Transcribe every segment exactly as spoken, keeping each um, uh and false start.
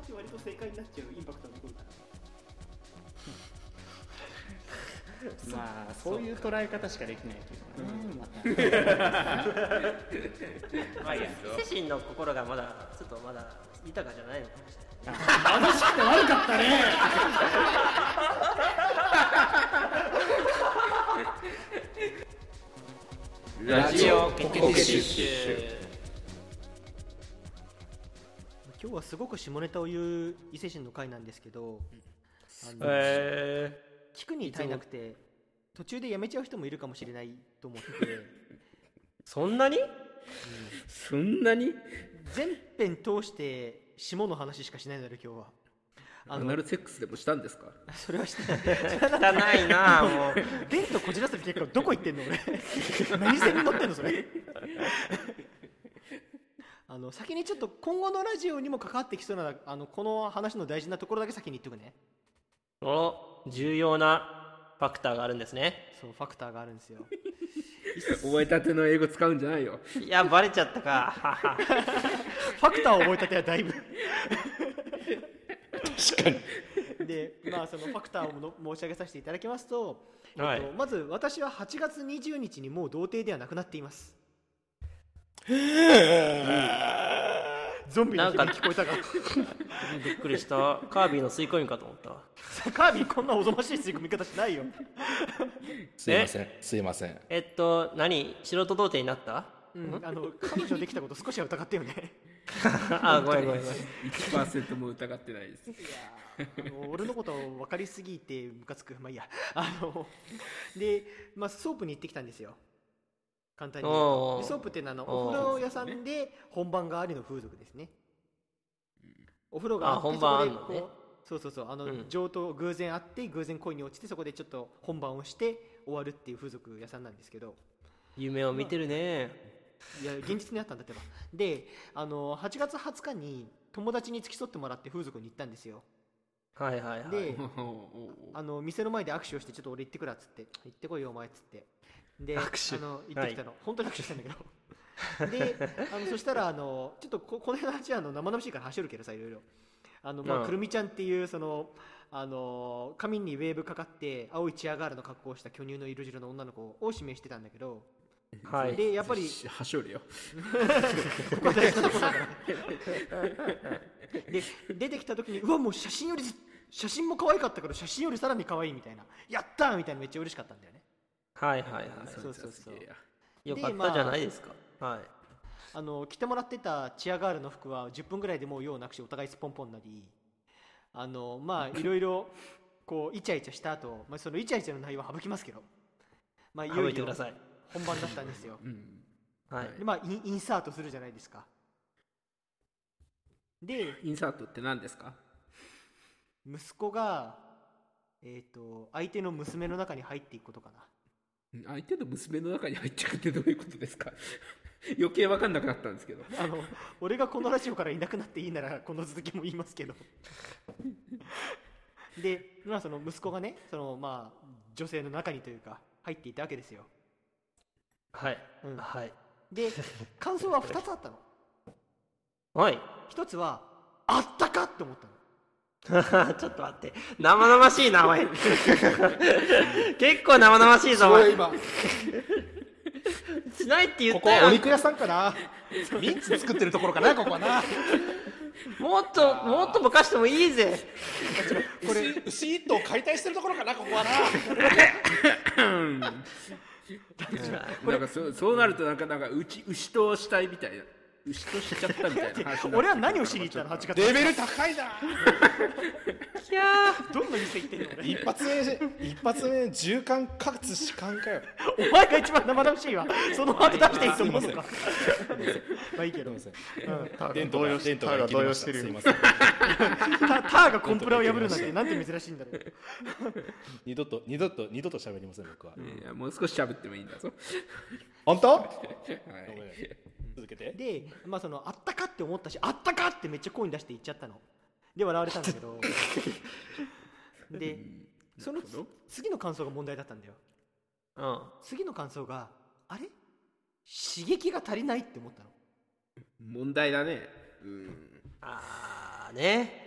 話割と正解になっちゃうインパクトが残るからまあそういう捉え方しかできないけどね、うん、まあ伊勢神の心がまだちょっとまだ豊かじゃないのかもしれない。 楽しくて悪かったねラジオコケティッシュ。 今日はすごく下ネタを言う伊勢神の回なんですけど、あの、 え聞くに耐えなくて途中でやめちゃう人もいるかもしれないと思ってー、そんなに、うん、 そんなに全編通して下の話しかしないので今日はアナルセックスでもしたんですか？ それはしてない汚いなもうベントこじらせる結果どこ行ってんの俺何線に乗ってんのそれあの先にちょっと今後のラジオにも関わってきそうなあのこの話の大事なところだけ先に言っておくね。 お重要なファクターがあるんですね。 そうファクターがあるんですよ覚えたての英語使うんじゃないよ。 いやバレちゃったかファクターを覚えたてはだいぶ確かにで、まあ、そのファクターをの申し上げさせていただきますと、 はい、 えっと、まず私ははちがつにじゅうにちにもう童貞ではなくなっています。ゾンビの響き聞こえたかびっくりした。カービィの吸い込みかと思ったわカービィこんなおぞましい吸い込み方しないよすいませんすいません。 えっと何素人童貞になった、 うん、あの彼女できたこと少しは疑ってよねあごめんごめんごめんいちパーセント も疑ってないです。 いやあの俺のことを分かりすぎてムカつく。まあいいやあので、まあ、ソープに行ってきたんですよ簡単に言うと。でソープっていうのはあのお風呂屋さんで本番がありの風俗ですね。お風呂があってあ本番あんのねそこでこうそうそうそうあの、 うん、 上等偶然あって偶然恋に落ちてそこでちょっと本番をして終わるっていう風俗屋さんなんですけど、 夢を見てるね、 いや現実にあったんだってば。であのはちがつはつかに友達に付き添ってもらって風俗に行ったんですよ。 はいはいはい。 であの店の前で握手をしてちょっと俺行ってくらっつって行ってこいよお前っつってで握手あの行ってきたの、はい、本当に握手したんだけどであのそしたらあのちょっと こ, この話はあの生々しいから走るけどさいろいろあの、まあうん、くるみちゃんっていうそのあの髪にウェーブかかって青いチアガールの格好をした巨乳の色白の女の子を指名してたんだけど、 はい、 でやっぱり走るよここ大事なところだからで出てきた時にうわもう写真より写真も可愛かったから写真よりさらに可愛いみたいなやったーみたいなめっちゃ嬉しかったんだよね。 はいはいはい、 そうそうそうよかったじゃないですか、まあ、はい。 あの着てもらってたチアガールの服はじゅっぷんぐらいでもう用なくしお互いスポンポンなりあのまあいろいろこうイチャイチャした後、まあそのイチャイチャの内容は省きますけど、まあいよいよ本番だったんですよ、うん、はい。でまあイン、インサートするじゃないですか。でインサートって何ですか？ 息子がえーと相手の娘の中に入っていくことかな。 相手の娘の中に入っていくってどういうことですか？余計分かんなくなったんですけどあの俺がこのラジオからいなくなっていいならこの続きも言いますけどで、まあ、その息子がねその、まあ、女性の中にというか入っていたわけですよ。 はい、 うんはい、 で感想はふたつあったの。 はい。 ひとつはあったかって思ったのちょっと待って生々しいなお前結構生々しいぞお前今しないって言ったよ。 ここはお肉屋さんかなミンチ作ってるところかなここはなもっともっとぼかしてもいいぜこれ牛一頭解体してるところかなここはななんか そ, そうなるとなんかなんか牛牛としたいみたいな牛としちゃったみたいな話俺は何をしに行ったのはちがつレベル高いな。いやどんな店行ってんの俺一発目一発目縦貫かつ弛緩かよお前が一番生々しいわそのワード出していいと思うのかまあいいけど、うん、 デントがデントが動揺してる。すいません。 ターがコンプラを破るなんてなんて珍しいんだろう二度と二度と二度と喋りません僕は。 いやもう少し喋ってもいいんだぞ本当？はい続けて。 で、まあそのあったかって思ったしあったかってめっちゃ声に出して言っちゃったので笑われたんだけどでその次の感想が問題だったんだよ、 うん、 次の感想があれ刺激が足りないって思ったの。 問題だね。うんあーね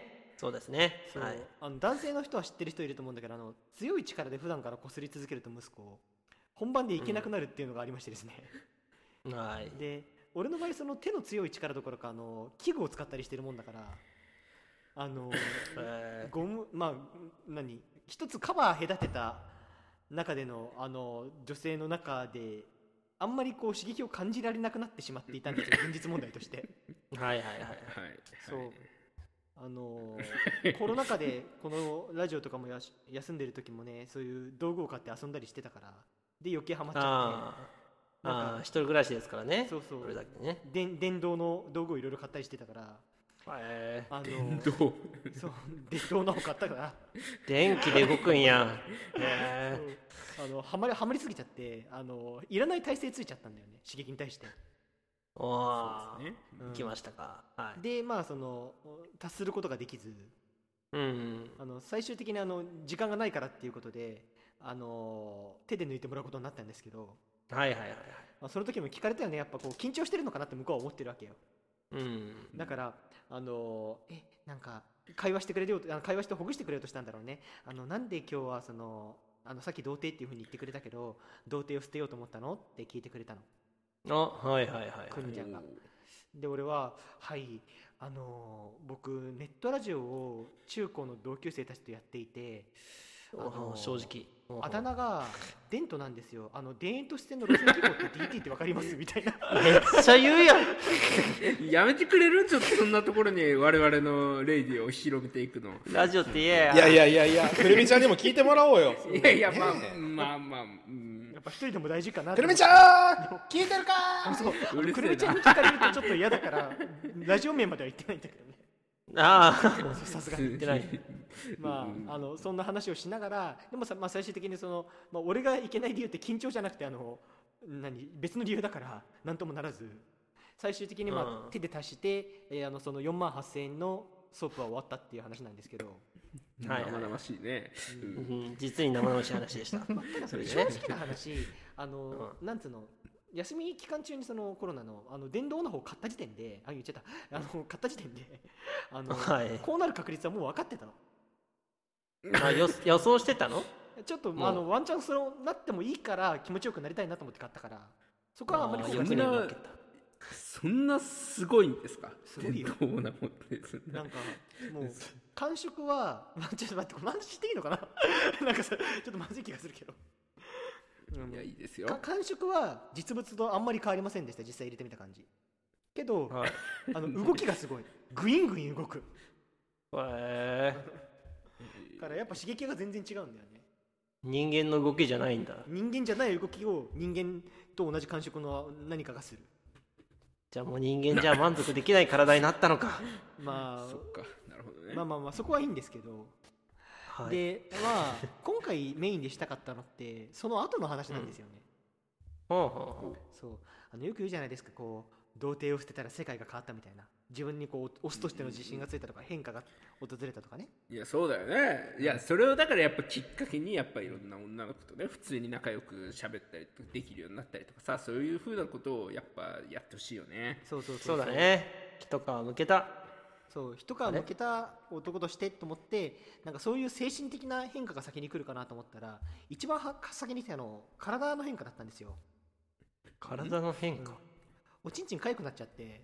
そうですね。 そう、 はい。 あの男性の人は知ってる人いると思うんだけど、あの強い力で普段からこすり続けると息子を本番でいけなくなるっていうのがありましてですね、 はい。 で俺の場合その手の強い力どころかあの器具を使ったりしてるもんだからあのえゴムまあ何一つカバー隔てた中でのあの女性の中であんまりこう刺激を感じられなくなってしまっていたんですよ現実問題としてーはいはいはい。 はいそうあのコロナ禍でこのラジオとかもやし休んでる時もねそういう道具を買って遊んだりしてたからで余計ハマっちゃあーなんかあー、一人暮らしですからね。 ってそうそうそれだけね。 で電動の道具をいろいろ買ったりしてたからえあのどうそう電動のを買ったからー、電気で動くんや。えあのハマりハマりすぎちゃってあのいらない体勢ついちゃったんだよね刺激に対して、 ー、わねうんー、来ましたか。はい。 でまあその達することができずうん。 あの最終的にあの時間がないからっていうことであの手で抜いてもらうことになったんですけど、 はいはいはいはい。 まあ、その時も聞かれたよねやっぱこう緊張してるのかなって向こうは思ってるわけようん。 だからあのえなんか会話してくれるようとあの会話してほぐしてくれようとしたんだろうねあのなんで今日はそのあのさっき童貞っていうふうに言ってくれたけど童貞を捨てようと思ったのって聞いてくれたのあ、はいはいはいはい。 くみちゃんがで俺ははいあの僕ネットラジオを中高の同級生たちとやっていてあの正直。 あだ名がデントなんですよあの田園都市線の路線記号って ディーティー って分かりますみたいなめっちゃ言うやん。 やめてくれるちょっとそんなところに我々のレイディを広めていくのラジオって言えや。 いやいやいやいやくるみちゃんにも聞いてもらおうよいやいやまあねえまあまあうんやっぱ一人でも大事かなとくるみち思ってゃん聞いてるかそうあのうるせえなくるみちゃんに聞かれるとちょっと嫌だからラジオ名までは言ってないんだけどねああ。 さすがに言ってない。 まあ、あのそんな話をしながらでもさ、まあ、最終的にその、まあ、俺がいけない理由って緊張じゃなくてあの何別の理由だから何ともならず最終的に、まあうん手で足して、えーあのそのよんまんはっせんえんのソープは終わったっていう話なんですけどはいはい生々しいねうん実に生々しい話でした。それでね。 正直な話あの、なんつうの休み期間中にそのコロナのあの電動の方を買った時点であ言っちゃったあの買った時点であの、 はいこうなる確率はもう分かってたのあ、予予想してたの？ ちょっと、 もうあのワンチャンそのなってもいいから気持ちよくなりたいなと思って買ったからそこはあんまりあ後悔してー欲にない負けた。 そんなすごいんですかすごいよどうなもんですなんかもう感触はまあちょっと待ってこの話していいのかななんかさちょっとまずい気がするけど、うんいやいいですよか感触は実物とあんまり変わりませんでした実際入れてみた感じけどはい。 あの動きがすごいグイングイン動くへーからやっぱ刺激が全然違うんだよね人間の動きじゃないんだ。 人間じゃない動きを人間と同じ感触の何かがするじゃあもう人間じゃ満足できない体になったのか。 まそっかなるほどねあまあまあまあそこはいいんですけど、 はい。 でまあ今回メインでしたかったのってその後の話なんですよね、 ほうほうほそうあのよく言うじゃないですかこう童貞を捨てたら世界が変わったみたいな自分にこうオスとしての自信がついたとか変化が訪れたとかねいやそうだよねいやそれをだからやっぱきっかけにやっぱいろんな女の子とね普通に仲良く喋ったりとかできるようになったりとかさそういうふうなことをやっぱやってほしいよねそうそうう。そうだね。一皮むけた。 そう一皮むけた男としてと思ってなんかそういう精神的な変化が先に来るかなと思ったら一番は先に来たの体の変化だったんですよ体の変化。 おちんちん痒くなっちゃって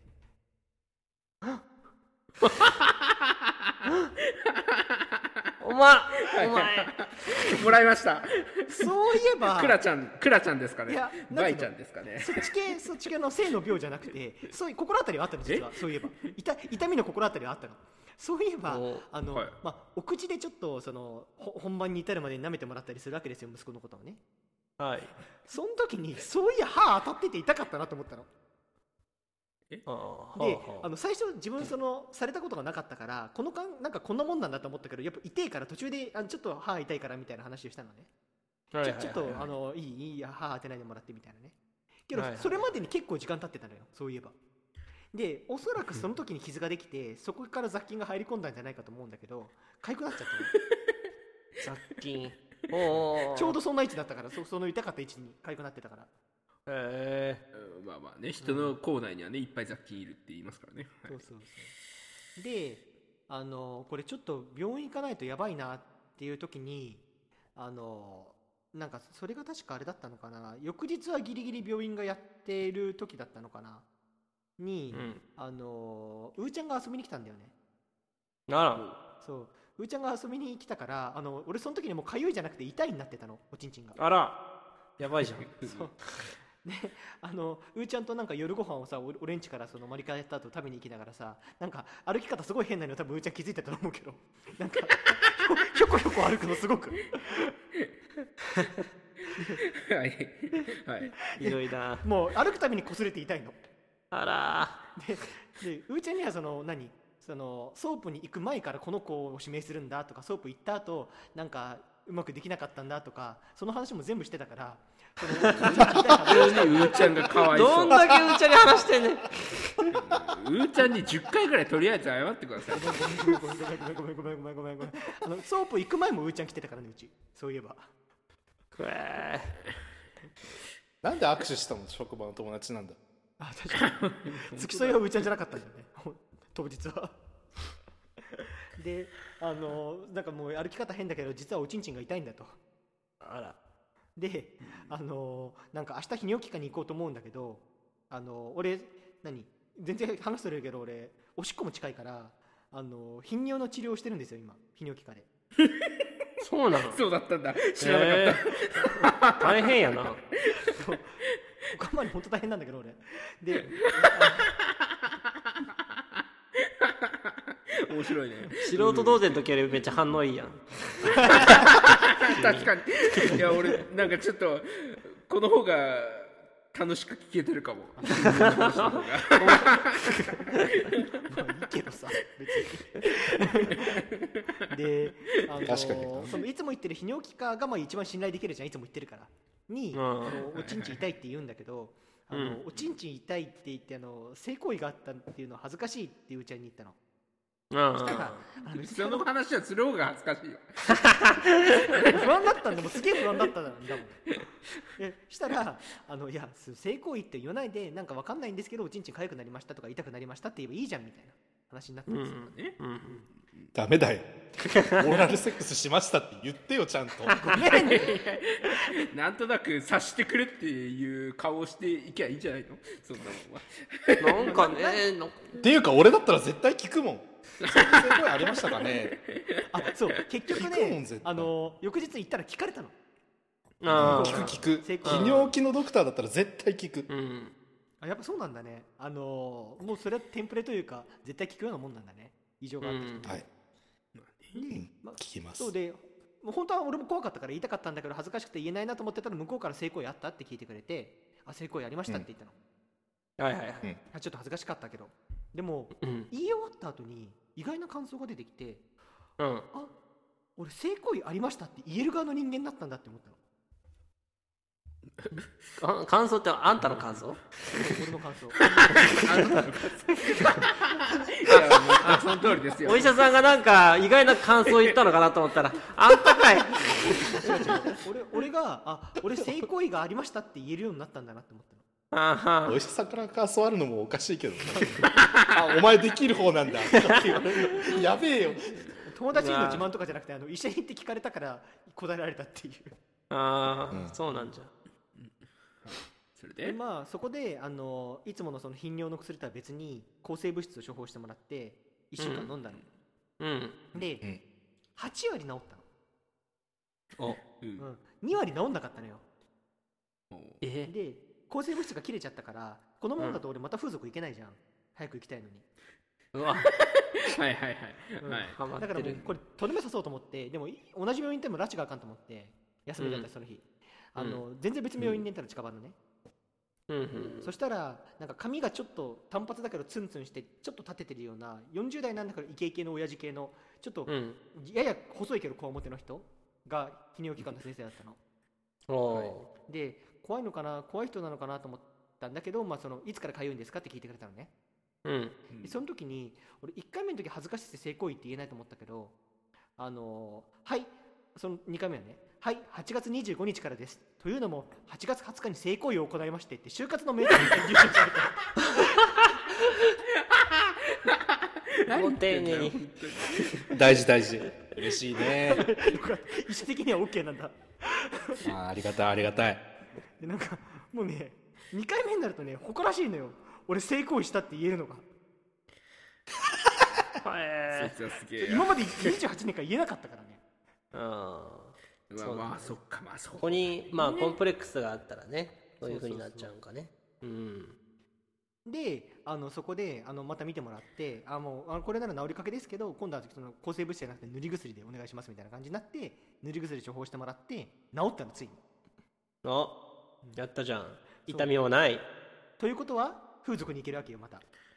お前、お前。 もらいましたそういえばクラちゃんクラちゃんですかねいやなんていうのバイちゃんですかねそっち系そっち系の性の病じゃなくてそういう心当たりはあったの実はそういえば痛痛みの心当たりはあったのそういえばおあの、 はいまあ、お口でちょっとそのほ本番に至るまでに舐めてもらったりするわけですよ息子のことをねはい。 その時にそういや歯当たってて痛かったなと思ったのああ、 ではあはあの最初自分そのされたことがなかったからこのかんなんかこんなもんなんだと思ったけどやっぱ痛いから途中であのちょっと歯痛いからみたいな話をしたのねあはいちょちょっとはいはいはいあのいいいいや歯当てないでもらってみたいなねけど、 はいはいそれまでに結構時間経ってたのよそういえばでおそらくその時に傷ができてそこから雑菌が入り込んだんじゃないかと思うんだけど痒くなっちゃったの雑菌。おーおーちょうどそんな位置だったからそその痛かった位置に痒くなってたからへうんまあまあね人の口内にはねいっぱい雑菌いるって言いますからね、はいそうそうそうであのこれちょっと病院行かないとやばいなっていう時にあのなんかそれが確かあれだったのかな、翌日はギリギリ病院がやっている時だったのかなに、 うん、 あのうーちゃんが遊びに来たんだよね。 あら、 そううーちゃんが遊びに来たから、あの俺その時にもう痒いじゃなくて痛いになってたの、おちんちんが。 あら、やばいじゃん。 そうね、あのうーちゃんとなんか夜ご飯をさ、お俺ん家からそのマリカやった後食べに行きながらさ、なんか歩き方すごい変なの多分うーちゃん気づいてたと思うけど、なんかひょこひょこ歩くのすごくはいはいひどいな。 もう歩くたびに擦れて痛いのあらででうーちゃんにはその何そのソープに行く前からこの子を指名するんだとか、ソープ行った後なんかうまくできなかったんだとか、その話も全部してたから、そのうーちゃんがかわいそう。 どんだけうーちゃんに話してんねん。 うーちゃんにじゅっかいぐらいとりあえず謝ってください。 ごめんごめんごめんごめんごめんごめんごめんごめん、あのソープ行く前もうーちゃん来てたからね、うちそういえば。 くえなんで握手したの？職場の友達なんだ。 あ、確かに付き添いはうーちゃんじゃなかったんだよね当日はで、あのなんかもう歩き方変だけど実はおちんちんが痛いんだと。 あら、 で、あのなんか明日泌尿器科に行こうと思うんだけど、あの俺何全然話してるけど俺おしっこも近いから、あの頻尿の治療をしてるんですよ今、泌尿器科で。 そうなの？ そうだったんだ、知らなかった、 えー、大変やな。 そうおかまり本当大変なんだけど俺で面白いね。 素人同然の時よりめっちゃ反応いいやん。 確かに。いや俺なんかちょっとこの方が楽しく聞けてるかも。 まあいいけどさ別にで、あの確かにそのいつも言ってる泌尿器科がまあ一番信頼できるじゃん、いつも言ってるからに、 うんあのおちんちん痛いって言うんだけど、あの、 うんおちんちん痛いって言ってあの性行為があったっていうのは恥ずかしいってうーちゃんに言ったの。 うんしたらあのその話はする方が恥ずかしいよ。 不安だったんだもん、すげえ不安だったんだもんえしたらあのいや性行為って言わないで、なんかわかんないんですけどおちんちん痒くなりましたとか痛くなりましたって言えばいいじゃんみたいな話になったんですよ、 ね、 うん、 ダメだよ。オーラルセックスしましたって言ってよちゃんと。 なんとなく察してくれっていう顔をしていきゃいいんじゃないの、そんなもんは。 なんかねのっていうか俺だったら絶対聞くもん。そういう声ありましたかね。 あそう結局聞くもんね絶対あの翌日行ったら聞かれたの。 あ聞く聞く。 成功泌尿器のドクターだったら絶対聞く。 うんあやっぱそうなんだね。あのもうそれはテンプレというか絶対聞くようなもんなんだね、異常があった人、 うんはい。うんまあ聞きます。 そうでもう本当は俺も怖かったから言いたかったんだけど恥ずかしくて言えないなと思ってたら向こうから性行為あったって聞いてくれて、あ性行為ありましたって言ったの、 はいはいはい、 あちょっと恥ずかしかったけど、でもうん言い終わった後に意外な感想が出てきて、 うん、 あ俺性行為ありましたって言える側の人間だったんだって思ったの。 あ感想ってあんたの感想？ 俺の感想いやもうその通りですよ。 お医者さんがなんか意外な感想を言ったのかなと思ったらあんたかい。 俺俺があ俺性行為がありましたって言えるようになったんだなって思ったの。 あはお医者さんから感想あるのもおかしいけどね。あお前できる方なんだ。やべえよ。 友達への自慢とかじゃなくてあの医者に行って聞かれたから答えられたっていう。 あー、 うんそうなんじゃ。 それででまあそこであのいつものその頻尿の薬とは別に抗生物質を処方してもらっていっしゅうかん飲んだの、 うん。 で、 うんはちわり治ったの、 お、ううんん、にわり治んなかったのよ。 おえで抗生物質が切れちゃったからこのままだと俺また風俗行けないじゃん、早く行きたいのに、 うわ、 はいはいはい、 うんはい。 ハマってだからもうる。 これとどめさそうと思ってでもい同じ病院行っても拉致があかんと思って休みだったその日、あの全然別の病院に行ったら近場のね、 うんうん。 そしたらなんか髪がちょっと単発だけどツンツンしてちょっと立ててるようなよんじゅう代なんだけどイケイケの親父系のちょっとうん。 やや細いけどこわもての人が泌尿器科の先生だったのおで怖いのかな怖い人なのかなと思ったんだけど、まあ、そのいつからかゆいんですかって聞いてくれたのね。 ー。うん。 でその時に俺いっかいめの時恥ずかしくて性行為って言えないと思ったけどあのーはいそのにかいめはねはいはちがつにじゅうごにちからですというのもはちがつはつかに性行為を行いましてって就活のメールに返事され結構丁寧に大事大事嬉しいね意思的には OK なんだあありがたいありがたいでなんかもうねにかいめになるとね誇らしいのよ俺性行為したって言えるのがそいつはすげえ今までにじゅうはちねんから言えなかったからねあまあまあそっかまあそここにまあコンプレックスがあったらねそういう風になっちゃうんかねうんであのそこであのまた見てもらってあもうあこれなら治りかけですけど今度はその抗生物質じゃなくて塗り薬でお願いしますみたいな感じになって塗り薬処方してもらって治ったのついにあやったじゃん痛みもないということは風俗に行けるわけよまた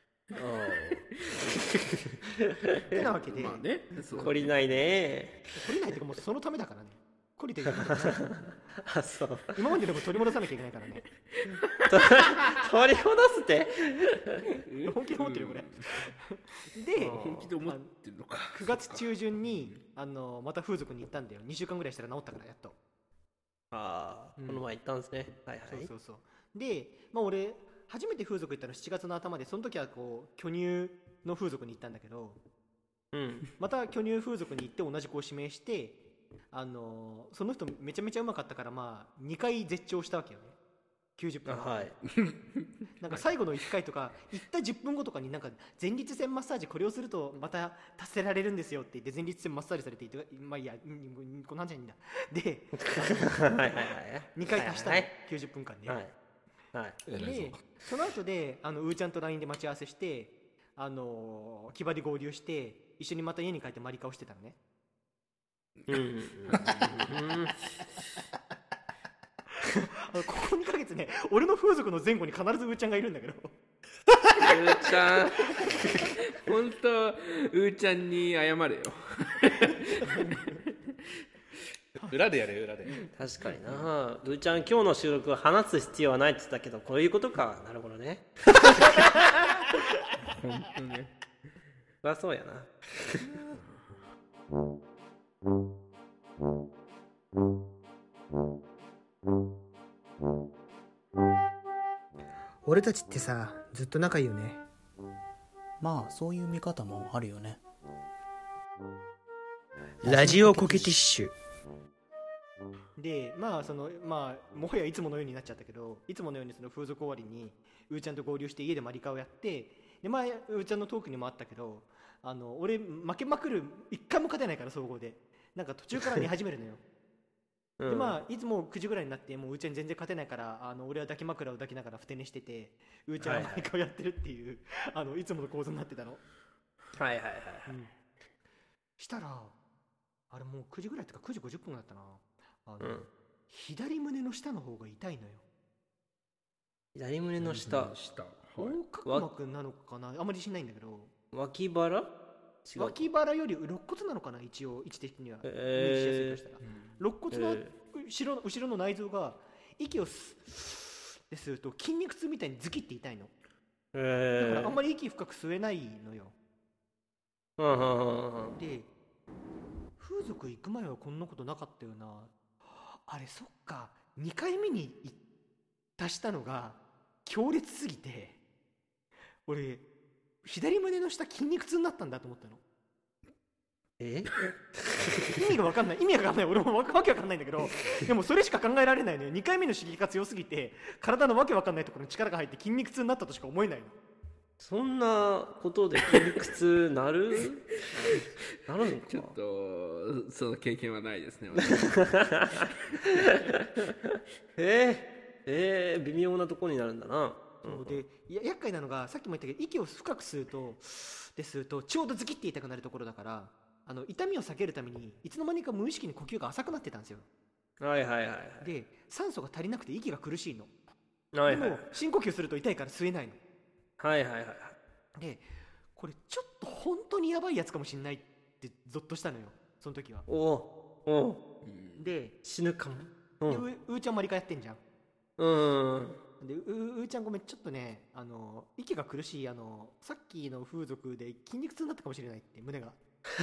ってなわけでまあね懲りないね懲りないっていうかもうそのためだからね懲りてるあそう今まででも取り戻さなきゃいけないからね取り戻すって本気で思ってるよこれで本気で思ってるのかくがつ中旬にあのまた風俗に行ったんだよにしゅうかんぐらいしたら治ったからやっとああ、うん、この前行ったんですねはいはいそうそうそうでまあ俺初めて風俗行ったのしちがつの頭でその時はこう巨乳の風俗に行ったんだけど、うん、また巨乳風俗に行って同じ子を指名してあのその人めちゃめちゃうまかったからまあにかい絶頂したわけよねきゅうじゅっぷん、 はい、 なんか最後のいっかいとか行ったじゅっぷんごとかになんか前立腺マッサージこれをするとまた達せられるんですよって言って前立腺マッサージされていてまあいいやこんなんじゃいいんだではいはいはいにかい足したの、はいはい、きゅうじゅっぷんかんで、はいはい、でその後であのうーちゃんと ライン で待ち合わせしてあのー、木場で合流して一緒にまた家に帰ってマリカをしてたのねうんうんここにかげつね俺の風俗の前後に必ずうーちゃんがいるんだけどうーちゃん本当うーちゃんに謝れよ裏でやれ裏で確かになうーちゃん今日の収録は話す必要はないって言ったけどこういうことかなるほどね本当ねそりゃそうやな俺たちってさずっと仲いいよねまあそういう見方もあるよねラジオコケティッシュでまあそのまあもはやいつものようになっちゃったけどいつものようにその風俗終わりにうーちゃんと合流して家でマリカをやってでまあうーちゃんのトークにもあったけどあの俺負けまくる一回も勝てないから総合でなんか途中から寝始めるのようん、でまあいつもくじぐらいになってもううーちゃんに全然勝てないからあの俺は抱き枕を抱きながらふて寝しててうーちゃんはマリカをやってるっていう、はいはい、あのいつもの構図になってたのはいはいはい、うん、 したらあれもうくじぐらいとかくじごじゅっぷんだったなあの、うん、左胸の下の方が痛いのよ左胸の下横隔膜なのかなあんまり自信ないんだけど脇腹脇腹より肋骨なのかな一応位置的には、えー、イメージしやすいとしたら、うん、肋骨の後ろ、後ろの内臓が息をすですると筋肉痛みたいにズキって痛いの、えー、だからあんまり息深く吸えないのよ、うん、で風俗行く前はこんなことなかったよなあれそっかにかいめに足したのが強烈すぎて俺左胸の下筋肉痛になったんだと思ったのえ意味が分かんない意味が分かんない俺もわけわかんないんだけどでもそれしか考えられないのよにかいめの刺激が強すぎて体のわけわかんないところに力が入って筋肉痛になったとしか思えないのそんなことで筋肉痛なるなるのかちょっとその経験はないですねえー、えー、微妙なところになるんだなそうで厄介なのがさっきも言ったけど息を深く吸うとでするとちょうどズキって痛くなるところだからあの痛みを避けるためにいつの間にか無意識に呼吸が浅くなってたんですよはいはいはい、はい、 で酸素が足りなくて息が苦しいの、 はいはいはい、 でも深呼吸すると痛いから吸えないのはいはいはいでこれちょっと本当にやばいやつかもしんないってゾッとしたのよその時はおおで死ぬかも、 うん、で う, うーちゃんマリカやってんじゃんうんで う, うーちゃんごめんちょっとねあの息が苦しいあのさっきの風俗で筋肉痛になったかもしれないって胸が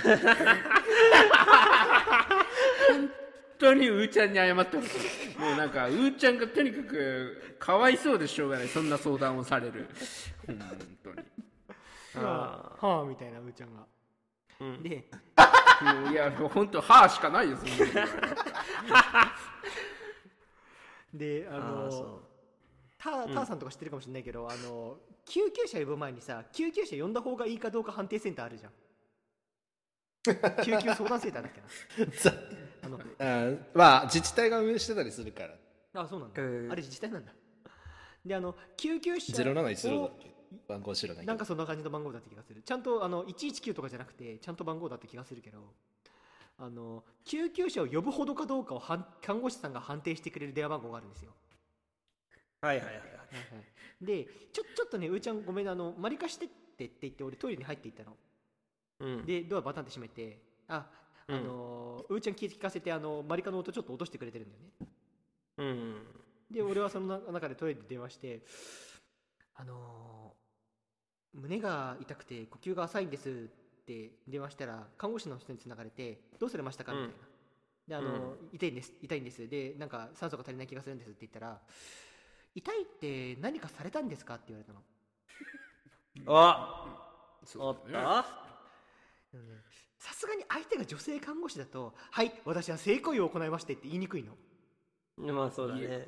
本当にうーちゃんに謝ってほしいもうなんかうーちゃんがとにかくかわいそうでしょうがないそんな相談をされる本当にあはあみたいなうーちゃんが、 うんでもういや本当歯しかないよそんなこと言われたらでああーのそターターさんとか知ってるかもしれないけど、あの救急車呼ぶ前にさ救急車呼んだ方がいいかどうか判定センターあるじゃん救急相談センターだっけなさあのあーまあ自治体が運営してたりするからあそうなんだ、 へーあれ自治体なんだ。であの救急車ゼロなないちゼロだっをけ番号知らないけどなんかそんな感じの番号だった気がする。ちゃんとあのいちいちきゅうとかじゃなくてちゃんと番号だった気がするけど、あの救急車を呼ぶほどかどうかをはん看護師さんが判定してくれる電話番号があるんですよ。 はいはいはいはいでちょちょっとねうーちゃんごめんあのマリカしてってって言って俺トイレに入っていったの。 うんでドアバタンって閉めて、ああの、うん、うーちゃん聞かせてあのマリカの音ちょっと落としてくれてるんだよね。 うんで俺はその中でトイレで電話して「あのー、胸が痛くて呼吸が浅いんです」って電話したら看護師の人につながれて「どうされましたか?」みたいな。であのー痛いんです痛いんですでなんか酸素が足りない気がするんですって言ったら「痛いって何かされたんですか?」って言われたの。 あおっそうだねたうんさすがに相手が女性看護師だと「はい私は性行為を行いまして」って言いにくいの。 まあそうだね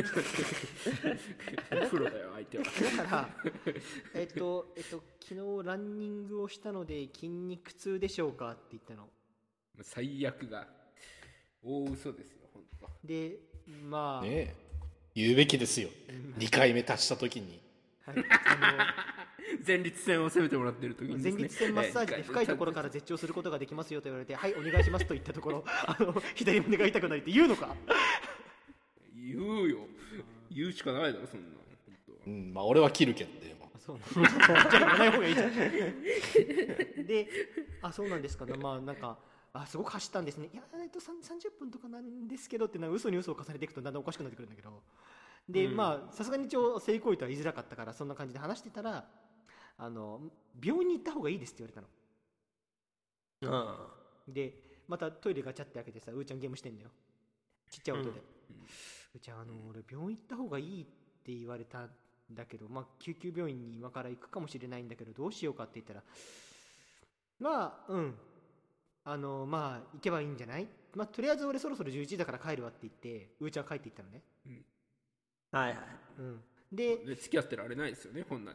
プロだよ相手はだからえっとえっと昨日ランニングをしたので筋肉痛でしょうかって言ったの最悪が大嘘ですよ本当でまあ、 ねえ言うべきですよにかいめ足した時にはい、あ前立腺を攻めてもらってる時にのですね前立腺マッサージで深いところから絶頂することができますよと言われてはいお願いしますと言ったところあの左胸が痛くなりって言うのか言うよ言うしかないだろそんな本当はうんまあ俺は切るけどねもあそうなんじゃあ言わない方がいいじゃんであそうなんですかねまあなんかあすごく走ったんですねいやえっとさんさんじゅっぷんとかなんですけどってなんか嘘に嘘を重ねていくとだんだんおかしくなってくるんだけどで、 うんまあさすがに一応性行為とは言いづらかったからそんな感じで話してたらあの病院に行った方がいいですって言われたのあでまたトイレガチャって開けてさうーちゃんゲームしてんだよちっちゃい音で、 うんうーちゃんあの俺病院行った方がいいって言われたんだけどまあ救急病院に今から行くかもしれないんだけどどうしようかって言ったらまあうんあのまあ行けばいいんじゃないまあとりあえず俺そろそろじゅういちじだから帰るわって言ってうーちゃん帰っていったのね、 はいはいうん、でで付き合ってられないですよねこんなに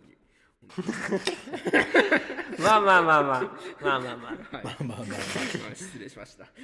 まあまあまあまあまあまあまあはいまあまあまあまあ失礼しました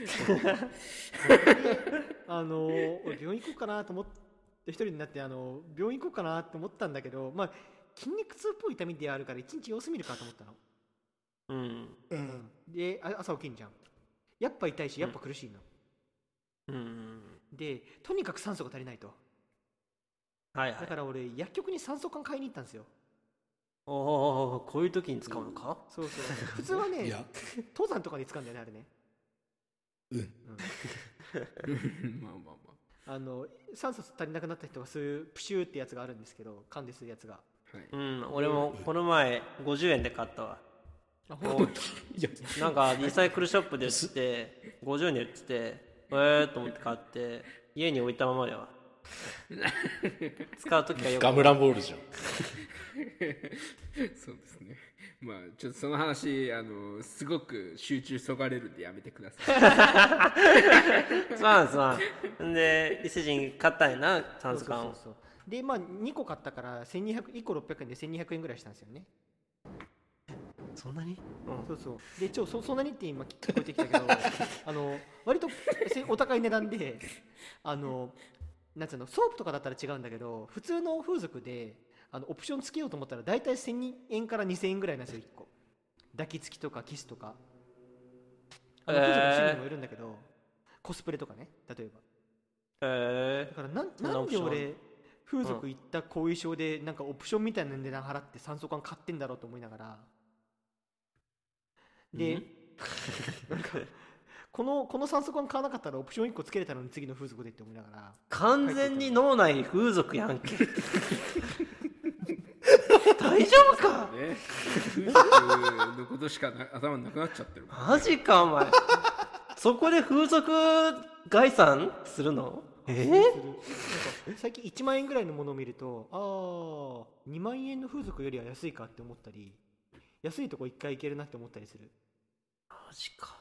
あの俺病院行こうかなと思って一人になってあの病院行こうかなと思ったんだけどまあ筋肉痛っぽい痛みであるから一日様子見るかと思ったのうんうん、であ朝起きんじゃんやっぱ痛いしやっぱ苦しいの、 うんでとにかく酸素が足りないとはいはいだから俺薬局に酸素缶買いに行ったんですよおおこういう時に使うのかそうそう普通はねいや登山とかで使うんだよねあれねうんまあまあまあの酸素足りなくなった人が吸うプシューってやつがあるんですけど噛んで吸うやつがあはいうん俺もこの前ごじゅうえんで買ったわあほんといやなんかリサイクルショップで売ってごじゅうえんで売っててえーと思って買って家に置いたままでは使う時がよくガムランボールじゃんそうですねまあちょっとその話あのすごく集中そがれるんでやめてくださいそうなんですわんで伊勢神買ったんやな酸素缶をそうそうそうでまあにこ買ったからせんにひゃくいっころっぴゃくえんでせんにひゃくえんぐらいしたんですよねそんなにそうそうでちょ そ, そんなにって今聞こえてきたけどあの割とせお高い値段であのなんつうのソープとかだったら違うんだけど普通の風俗であのオプションつけようと思ったら大体せんえんからにせんえんぐらいなんですよいっこ抱きつきとかキスとかあの風俗の種類にもよるんだけど、コスプレとかね例えばへだからなんそんななんでオプションある俺風俗行った後遺症でなんかオプションみたいな値段払って酸素缶買ってんだろうと思いながらでなんかこのこの酸素缶買わなかったらオプションいっこつけれたのに次の風俗でって思いながら完全に脳内風俗やんけ大丈夫かね風俗のことしかな頭になくなっちゃってるマジかお前そこで風俗概算するのえー、 するなんか最近いちまんえんぐらいのものを見るとああにまんえんの風俗よりは安いかって思ったり安いとこ一回行けるなって思ったりする。 マジか。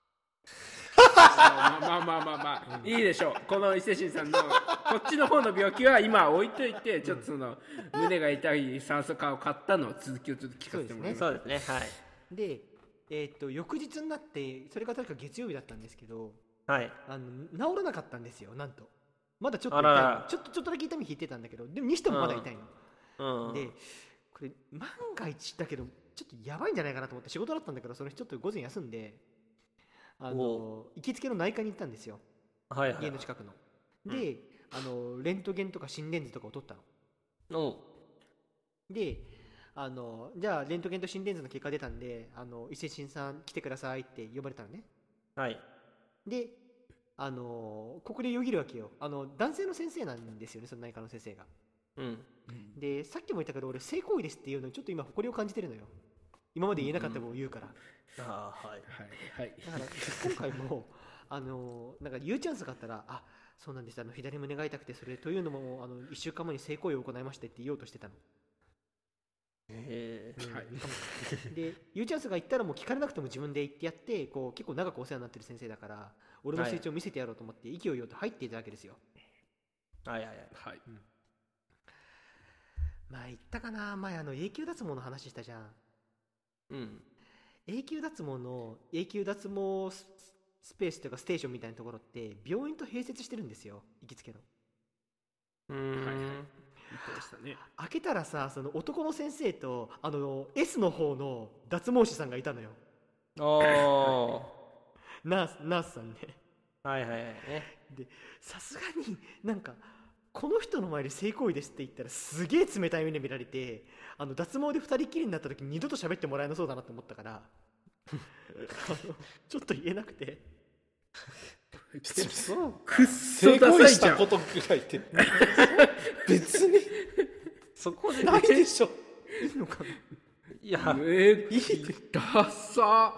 まあまあまあまあまあいいでしょう。この伊勢神さんのこっちの方の病気は今置いといて、ちょっとその胸が痛い酸素カーを買ったの続きをちょっと聞かせてもらいます。 そうですね。はい。 で、えー、っと翌日になって、それが確か月曜日だったんですけど、 はい、 あの治らなかったんですよ。なんとまだちょっと痛いららちょっとちょっとだけ痛み引いてたんだけど、でもにしてもまだ痛いの、 うん、 でこれ万が一だけどちょっとやばいんじゃないかなと思って仕事だったんだけど、その日ちょっと午前休んで、あの行きつけの内科に行ったんですよ、 はいはい、 家の近くので、うん、あのレントゲンとか心電図とかを取ったの。 おであのじゃあレントゲンと心電図の結果出たんで、あの伊勢神さん来てくださいって呼ばれたのね。 はいであのここでよぎるわけよ。あの男性の先生なんですよね、その内科の先生が。 うん、 でさっきも言ったけど俺性行為ですっていうのにちょっと今誇りを感じてるのよ。今まで言えなかったことを言うから、 うん、ああはいはいはい。 だから今回もあのなんか言うチャンスがあったら、あそうなんです、あの左胸が痛くて、それというのもあのいっしゅうかんまえに性行為を行いましてって言おうとしてたの。 へうんはい、 でゆうチャンスが言ったらもう聞かれなくても自分で言ってやって、こう結構長くお世話になってる先生だから、俺の成長を見せてやろうと思って勢いよと入っていたわけですよ。 はいはいはい、 はいうん、まあ言ったかな、前あの永久脱毛の話したじゃん。 うん、 永久脱毛の永久脱毛スペースというかステーションみたいなところって病院と併設してるんですよ、行きつけの。 うーん、 はいはい、言ってましたね。 開けたらさ、その男の先生とあの S の方の脱毛師さんがいたのよ。 おナースナースさんね。 はいはいはいね。 でさすがになんかこの人の前で性行為ですって言ったらすげえ冷たい目で見られて、あの脱毛で二人きりになった時に二度と喋ってもらえなそうだなと思ったからあのちょっと言えなくてそうくっそ成ダサいじゃん。 功したことぐらいって別にそこでないでしょ。 いいのかな。 いやえー、いいダッサ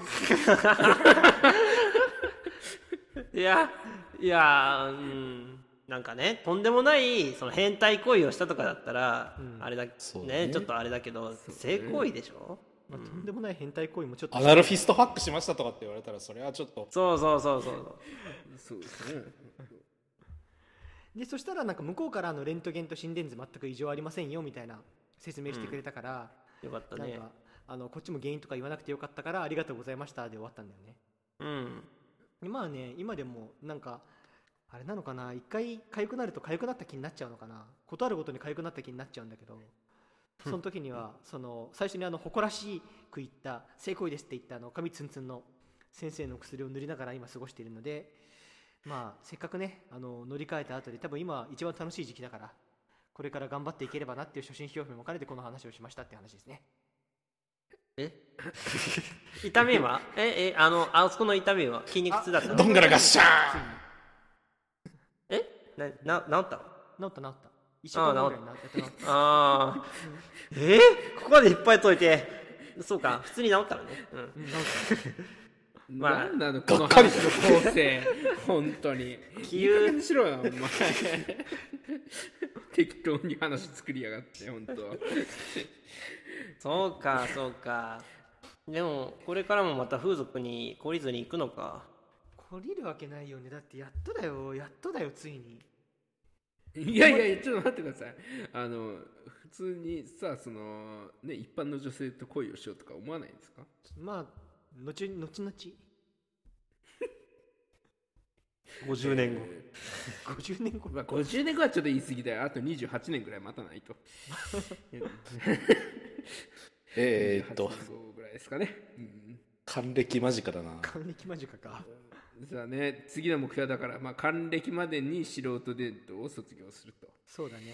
いやいやうんなんかね、とんでもないその変態行為をしたとかだったら、うん、あれだねねちょっとあれだけど、性行為でしょ、 まあ、とんでもない変態行為もちょっとアナルフィストファックしましたとかって言われたらそれはちょっとそうそうそうそうそうですね。 でそしたらなんか向こうからのレントゲンと心電図全く異常ありませんよみたいな説明してくれたから、 うん、よかったね。 なんかあのこっちも原因とか言わなくてよかったからありがとうございましたで終わったんだよね。 うんでまあね、今でもなんかあれなのかな、一回痒くなると痒くなった気になっちゃうのかな、ことあるごとに痒くなった気になっちゃうんだけど、その時にはその最初にあの誇らしく言った性行為ですって言ったあの髪ツンツンの先生の薬を塗りながら今過ごしているので、まあせっかくねあの乗り換えた後で多分今一番楽しい時期だからこれから頑張っていければなっていう初心表明も兼ねてこの話をしましたって話ですね。 え痛みはええあのあそこの痛みは筋肉痛だったの？ どんがらがっしゃーえなな治ったの？治った治った一週間ぐらいになって治った。 ああえー、ここまでいっぱい解いてそうか普通に治ったのね。うん、うん、治ったまあ、なんなのこの話の構成本当にいい加減にしろよお前適当に話作りやがって本当そうかそうか。でもこれからもまた風俗に懲りずに行くのか。 懲りるわけないよね。だってやっとだよやっとだよついに。 いやいやいやちょっと待ってください。あの普通にさそのね一般の女性と恋をしようとか思わないんですか？ まあ後々後々 ごじゅうねんご、 えー、ごじゅうねんご、 まあ、ごじゅうねんごはちょっと言い過ぎだよ。あとにじゅうはちねんぐらい待たないとえーっとにじゅうはちねんごぐらいですかね、うん、 還暦間近だな。 還暦間近か。 じゃあね次の目標だから、まあ、還暦までに素人デートを卒業すると。 そうだね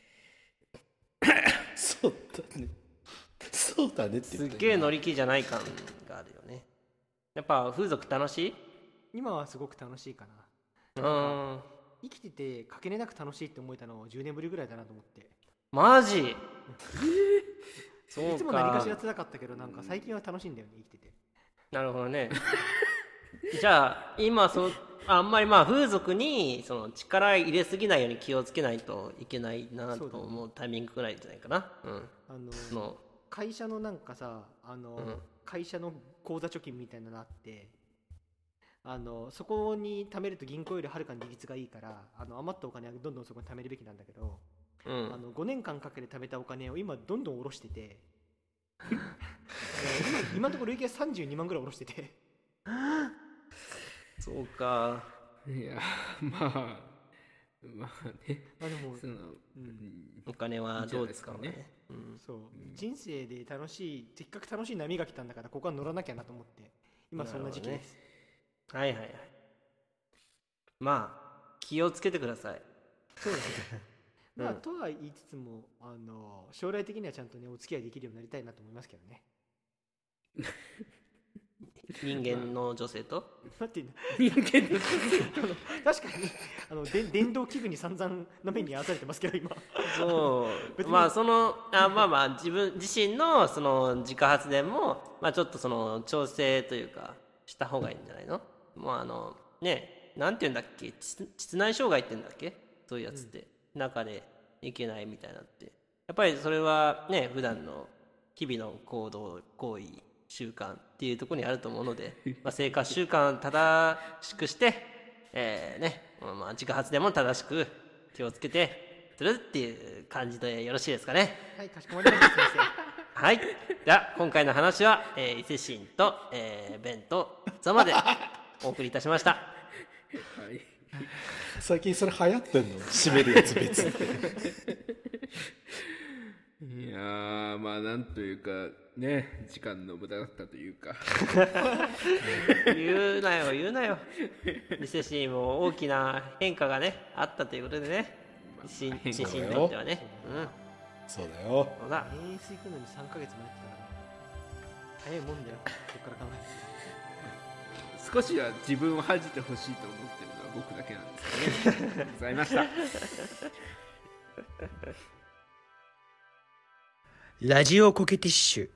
そうだねそうだねってすっげえ乗り気じゃない感があるよね。やっぱ風俗楽しい？ 今はすごく楽しいかな。 うん生きててかけれなく楽しいって思えたのはじゅうねんぶりぐらいだなと思って。 マジ？えー、そうか。 いつも何かしら辛かったけどなんか最近は楽しいんだよね生きてて。 なるほどねじゃあ今そあんまりまあ風俗にその力入れすぎないように気をつけないといけないなと思うタイミングぐらいじゃないかな。うん。 あのその会社のなんかさあの、 うん会社の口座貯金みたいなのあってあのそこに貯めると銀行よりはるかに利率がいいからあの余ったお金はどんどんそこに貯めるべきなんだけど、 うんあのごねんかんかけて貯めたお金を今どんどん下ろしてて今, 今のところ累計さんじゅうにまんぐらい下ろしててそうか。 いやまあまあねあでもその、 うんお金はどう使うかね。うんそう、人生で楽しいせっかく楽しい波が来たんだからここは乗らなきゃなと思って今そんな時期です、 はいはいはい。まあ気をつけてください。 そうですねまあ、 うんとは言いつつもあの将来的にはちゃんとねお付き合いできるようになりたいなと思いますけどね人間の女性と待って人間の確かにあので電動器具に散々な目に遭わされてますけど今そう別にまあそのあまあまあ自分自身のその自家発電もまあちょっとその調整というかした方がいいんじゃないの。もうあのねなんて言うんだっけ膣膣内障害って言うんだっけそういうやつって、うん、中でいけないみたいなってやっぱりそれはね普段の日々の行動行為習慣っていうところにあると思うので、まあ、生活習慣を正しくして、えーねまあ、自家発電も正しく気をつけてするっていう感じでよろしいですかね。 はいかしこまりました先生はい。では今回の話は、えー、伊勢神と、えー、弁とざまでお送りいたしました。 はい最近それ流行ってんの締めるやつ別にいやーまあなんというかね時間の無駄だったというか言うなよ言うなよ。伊勢神も大きな変化がねあったということでね伊勢神にとってはねうんそうだよそうだ。 エーエス行くのにさんかげつもやってたから早いもんだよこっから考えて少しは自分を恥じてほしいと思ってるのは僕だけなんですけどねありがとうございましたラジオコケティッシュ